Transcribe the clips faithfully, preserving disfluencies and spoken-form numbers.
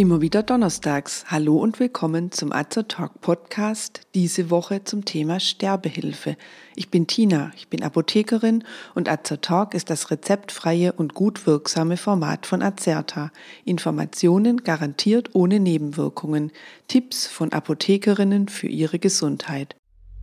Immer wieder donnerstags. Hallo und willkommen zum Azertalk Podcast, diese Woche zum Thema Sterbehilfe. Ich bin Tina, ich bin Apothekerin und Azertalk ist das rezeptfreie und gut wirksame Format von Azerta. Informationen garantiert ohne Nebenwirkungen. Tipps von Apothekerinnen für ihre Gesundheit.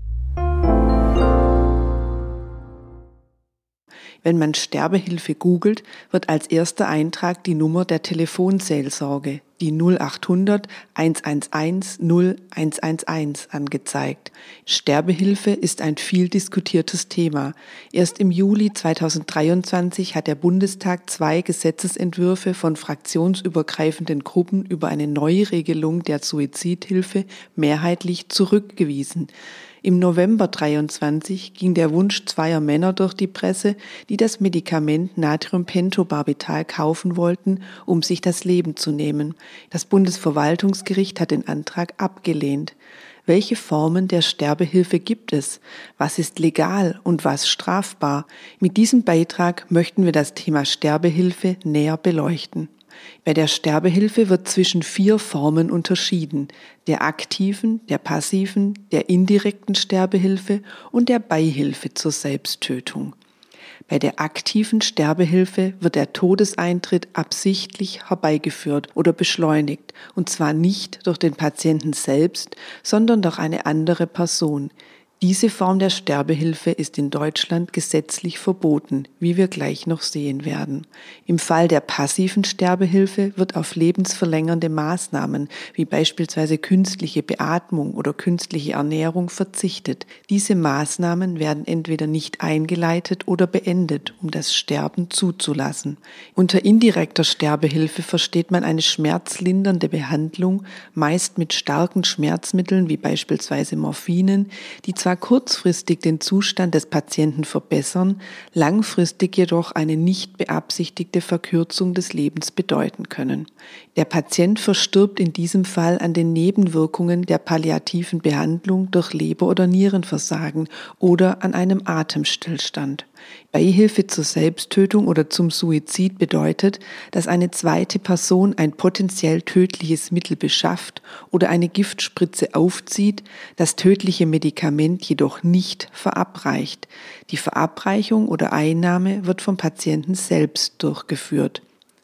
Wenn man Sterbehilfe googelt, wird als erster Eintrag die Nummer der Telefonseelsorge, die null achthundert eins eins eins null eins eins eins angezeigt. Sterbehilfe ist ein viel diskutiertes Thema. Erst im Juli zweitausenddreiundzwanzig hat der Bundestag zwei Gesetzesentwürfe von fraktionsübergreifenden Gruppen über eine Neuregelung der Suizidhilfe mehrheitlich zurückgewiesen. Im November dreiundzwanzig ging der Wunsch zweier Männer durch die Presse, die das Medikament Natriumpentobarbital kaufen wollten, um sich das Leben zu nehmen. Das Bundesverwaltungsgericht hat den Antrag abgelehnt. Welche Formen der Sterbehilfe gibt es? Was ist legal und was strafbar? Mit diesem Beitrag möchten wir das Thema Sterbehilfe näher beleuchten. Bei der Sterbehilfe wird zwischen vier Formen unterschieden: der aktiven, der passiven, der indirekten Sterbehilfe und der Beihilfe zur Selbsttötung. Bei der aktiven Sterbehilfe wird der Todeseintritt absichtlich herbeigeführt oder beschleunigt, und zwar nicht durch den Patienten selbst, sondern durch eine andere Person. Diese Form der Sterbehilfe ist in Deutschland gesetzlich verboten, wie wir gleich noch sehen werden. Im Fall der passiven Sterbehilfe wird auf lebensverlängernde Maßnahmen, wie beispielsweise künstliche Beatmung oder künstliche Ernährung, verzichtet. Diese Maßnahmen werden entweder nicht eingeleitet oder beendet, um das Sterben zuzulassen. Unter indirekter Sterbehilfe versteht man eine schmerzlindernde Behandlung, meist mit starken Schmerzmitteln wie beispielsweise Morphinen, die zwar kurzfristig den Zustand des Patienten verbessern, langfristig jedoch eine nicht beabsichtigte Verkürzung des Lebens bedeuten können. Der Patient verstirbt in diesem Fall an den Nebenwirkungen der palliativen Behandlung durch Leber- oder Nierenversagen oder an einem Atemstillstand. Beihilfe zur Selbsttötung oder zum Suizid bedeutet, dass eine zweite Person ein potenziell tödliches Mittel beschafft oder eine Giftspritze aufzieht, das tödliche Medikament jedoch nicht verabreicht. Die Verabreichung oder Einnahme wird vom Patienten selbst durchgeführt.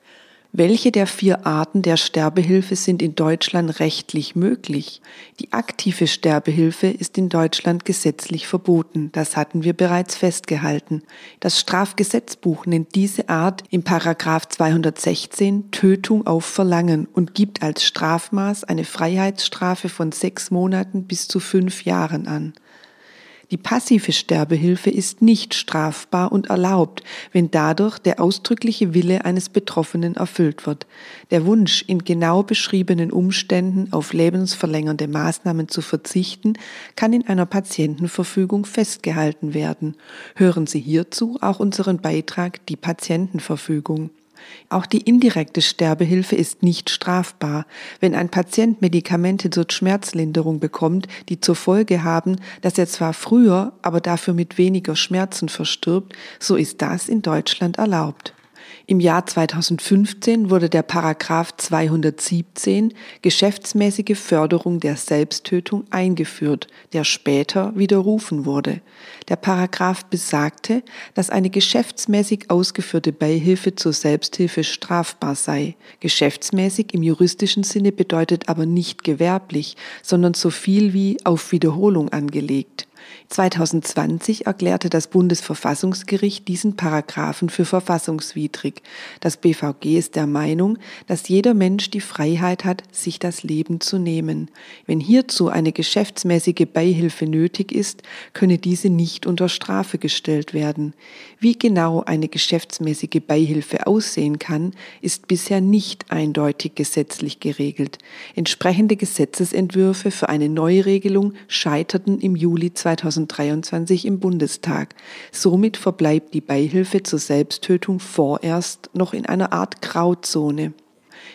Welche der vier Arten der Sterbehilfe sind in Deutschland rechtlich möglich? Die aktive Sterbehilfe ist in Deutschland gesetzlich verboten. Das hatten wir bereits festgehalten. Das Strafgesetzbuch nennt diese Art im Paragraph zweihundertsechzehn Tötung auf Verlangen und gibt als Strafmaß eine Freiheitsstrafe von sechs Monaten bis zu fünf Jahren an. Die passive Sterbehilfe ist nicht strafbar und erlaubt, wenn dadurch der ausdrückliche Wille eines Betroffenen erfüllt wird. Der Wunsch, in genau beschriebenen Umständen auf lebensverlängernde Maßnahmen zu verzichten, kann in einer Patientenverfügung festgehalten werden. Hören Sie hierzu auch unseren Beitrag Die Patientenverfügung. Auch die indirekte Sterbehilfe ist nicht strafbar. Wenn ein Patient Medikamente zur Schmerzlinderung bekommt, die zur Folge haben, dass er zwar früher, aber dafür mit weniger Schmerzen verstirbt, so ist das in Deutschland erlaubt. Im Jahr zweitausendfünfzehn wurde der Paragraph zweihundertsiebzehn geschäftsmäßige Förderung der Selbsttötung eingeführt, der später widerrufen wurde. Der Paragraph besagte, dass eine geschäftsmäßig ausgeführte Beihilfe zur Selbsthilfe strafbar sei. Geschäftsmäßig im juristischen Sinne bedeutet aber nicht gewerblich, sondern so viel wie auf Wiederholung angelegt. zweitausendzwanzig erklärte das Bundesverfassungsgericht diesen Paragraphen für verfassungswidrig. Das B V G ist der Meinung, dass jeder Mensch die Freiheit hat, sich das Leben zu nehmen. Wenn hierzu eine geschäftsmäßige Beihilfe nötig ist, könne diese nicht unter Strafe gestellt werden. Wie genau eine geschäftsmäßige Beihilfe aussehen kann, ist bisher nicht eindeutig gesetzlich geregelt. Entsprechende Gesetzesentwürfe für eine Neuregelung scheiterten im Juli zweitausenddreiundzwanzig im Bundestag. Somit verbleibt die Beihilfe zur Selbsttötung vorerst noch in einer Art Grauzone.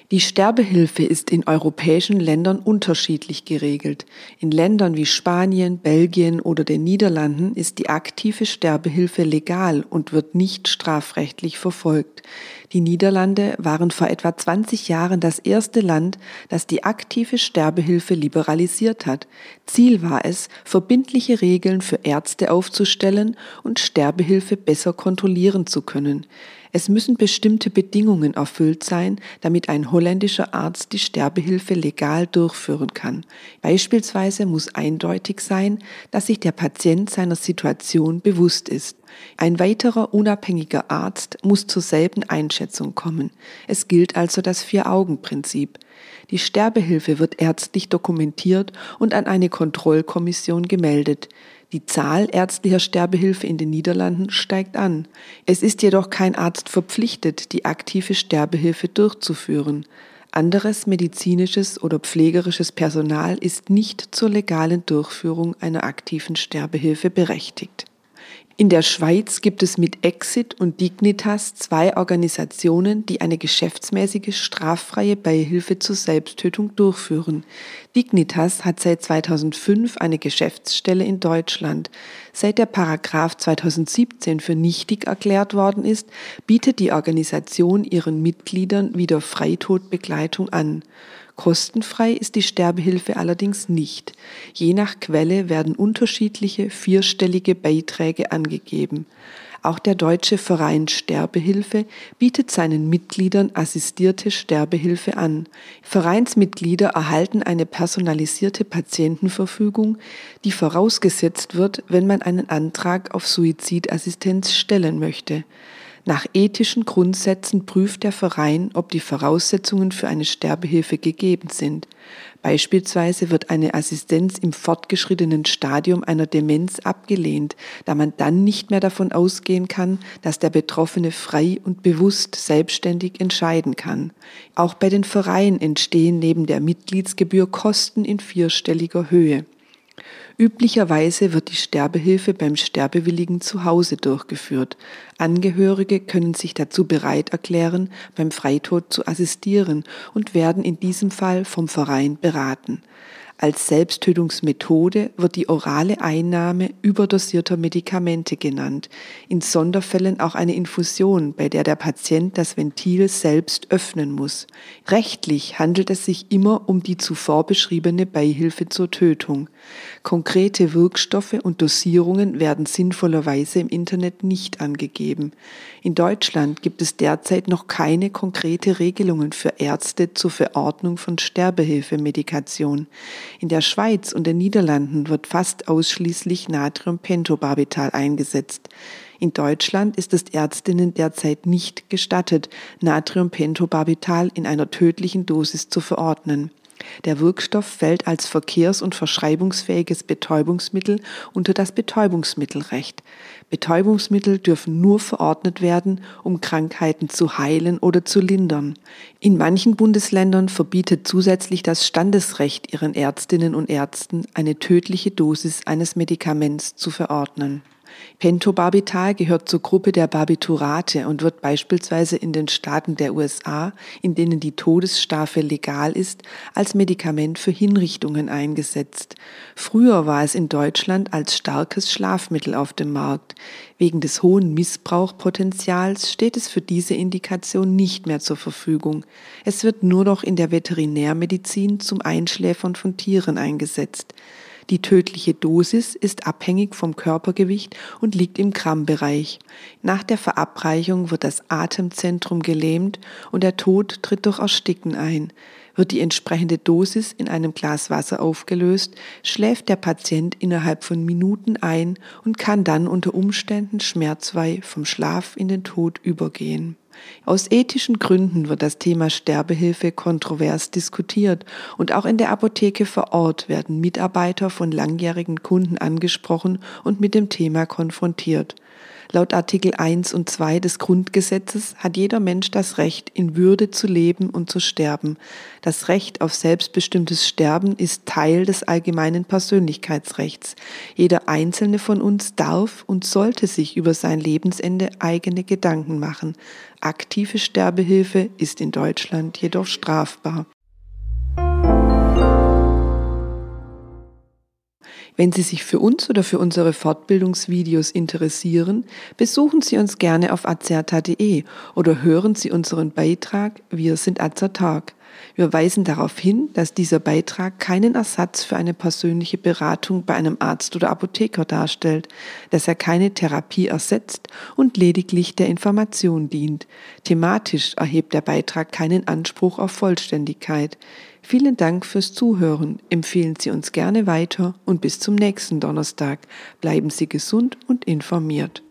Die Sterbehilfe ist in europäischen Ländern unterschiedlich geregelt. In Ländern wie Spanien, Belgien oder den Niederlanden ist die aktive Sterbehilfe legal und wird nicht strafrechtlich verfolgt. Die Niederlande waren vor etwa zwanzig Jahren das erste Land, das die aktive Sterbehilfe liberalisiert hat. Ziel war es, verbindliche Regeln für Ärzte aufzustellen und Sterbehilfe besser kontrollieren zu können. Es müssen bestimmte Bedingungen erfüllt sein, damit ein holländischer Arzt die Sterbehilfe legal durchführen kann. Beispielsweise muss eindeutig sein, dass sich der Patient seiner Situation bewusst ist. Ein weiterer unabhängiger Arzt muss zur selben Einschätzung kommen. Es gilt also das Vier-Augen-Prinzip. Die Sterbehilfe wird ärztlich dokumentiert und an eine Kontrollkommission gemeldet. Die Zahl ärztlicher Sterbehilfe in den Niederlanden steigt an. Es ist jedoch kein Arzt verpflichtet, die aktive Sterbehilfe durchzuführen. Anderes medizinisches oder pflegerisches Personal ist nicht zur legalen Durchführung einer aktiven Sterbehilfe berechtigt. In der Schweiz gibt es mit Exit und Dignitas zwei Organisationen, die eine geschäftsmäßige straffreie Beihilfe zur Selbsttötung durchführen. Dignitas hat seit zweitausendfünf eine Geschäftsstelle in Deutschland. Seit der Paragraph zweitausendsiebzehn für nichtig erklärt worden ist, bietet die Organisation ihren Mitgliedern wieder Freitodbegleitung an. Kostenfrei ist die Sterbehilfe allerdings nicht. Je nach Quelle werden unterschiedliche vierstellige Beiträge angegeben. Auch der Deutsche Verein Sterbehilfe bietet seinen Mitgliedern assistierte Sterbehilfe an. Vereinsmitglieder erhalten eine personalisierte Patientenverfügung, die vorausgesetzt wird, wenn man einen Antrag auf Suizidassistenz stellen möchte. Nach ethischen Grundsätzen prüft der Verein, ob die Voraussetzungen für eine Sterbehilfe gegeben sind. Beispielsweise wird eine Assistenz im fortgeschrittenen Stadium einer Demenz abgelehnt, da man dann nicht mehr davon ausgehen kann, dass der Betroffene frei und bewusst selbstständig entscheiden kann. Auch bei den Vereinen entstehen neben der Mitgliedsgebühr Kosten in vierstelliger Höhe. Üblicherweise wird die Sterbehilfe beim Sterbewilligen zu Hause durchgeführt. Angehörige können sich dazu bereit erklären, beim Freitod zu assistieren und werden in diesem Fall vom Verein beraten. Als Selbsttötungsmethode wird die orale Einnahme überdosierter Medikamente genannt, in Sonderfällen auch eine Infusion, bei der der Patient das Ventil selbst öffnen muss. Rechtlich handelt es sich immer um die zuvor beschriebene Beihilfe zur Tötung. Konkrete Wirkstoffe und Dosierungen werden sinnvollerweise im Internet nicht angegeben. In Deutschland gibt es derzeit noch keine konkrete Regelungen für Ärzte zur Verordnung von Sterbehilfemedikation. In der Schweiz und den Niederlanden wird fast ausschließlich Natriumpentobarbital eingesetzt. In Deutschland ist es Ärztinnen derzeit nicht gestattet, Natriumpentobarbital in einer tödlichen Dosis zu verordnen. Der Wirkstoff fällt als verkehrs- und verschreibungsfähiges Betäubungsmittel unter das Betäubungsmittelrecht. Betäubungsmittel dürfen nur verordnet werden, um Krankheiten zu heilen oder zu lindern. In manchen Bundesländern verbietet zusätzlich das Standesrecht ihren Ärztinnen und Ärzten, eine tödliche Dosis eines Medikaments zu verordnen. Pentobarbital gehört zur Gruppe der Barbiturate und wird beispielsweise in den Staaten der U S A, in denen die Todesstrafe legal ist, als Medikament für Hinrichtungen eingesetzt. Früher war es in Deutschland als starkes Schlafmittel auf dem Markt. Wegen des hohen Missbrauchpotenzials steht es für diese Indikation nicht mehr zur Verfügung. Es wird nur noch in der Veterinärmedizin zum Einschläfern von Tieren eingesetzt. Die tödliche Dosis ist abhängig vom Körpergewicht und liegt im Grammbereich. Nach der Verabreichung wird das Atemzentrum gelähmt und der Tod tritt durch Ersticken ein. Wird die entsprechende Dosis in einem Glas Wasser aufgelöst, schläft der Patient innerhalb von Minuten ein und kann dann unter Umständen schmerzfrei vom Schlaf in den Tod übergehen. Aus ethischen Gründen wird das Thema Sterbehilfe kontrovers diskutiert und auch in der Apotheke vor Ort werden Mitarbeiter von langjährigen Kunden angesprochen und mit dem Thema konfrontiert. Laut Artikel eins und zwei des Grundgesetzes hat jeder Mensch das Recht, in Würde zu leben und zu sterben. Das Recht auf selbstbestimmtes Sterben ist Teil des allgemeinen Persönlichkeitsrechts. Jeder Einzelne von uns darf und sollte sich über sein Lebensende eigene Gedanken machen. Aktive Sterbehilfe ist in Deutschland jedoch strafbar. Wenn Sie sich für uns oder für unsere Fortbildungsvideos interessieren, besuchen Sie uns gerne auf azerta punkt de oder hören Sie unseren Beitrag Wir sind Azertag. Wir weisen darauf hin, dass dieser Beitrag keinen Ersatz für eine persönliche Beratung bei einem Arzt oder Apotheker darstellt, dass er keine Therapie ersetzt und lediglich der Information dient. Thematisch erhebt der Beitrag keinen Anspruch auf Vollständigkeit. Vielen Dank fürs Zuhören. Empfehlen Sie uns gerne weiter und bis zum nächsten Donnerstag. Bleiben Sie gesund und informiert.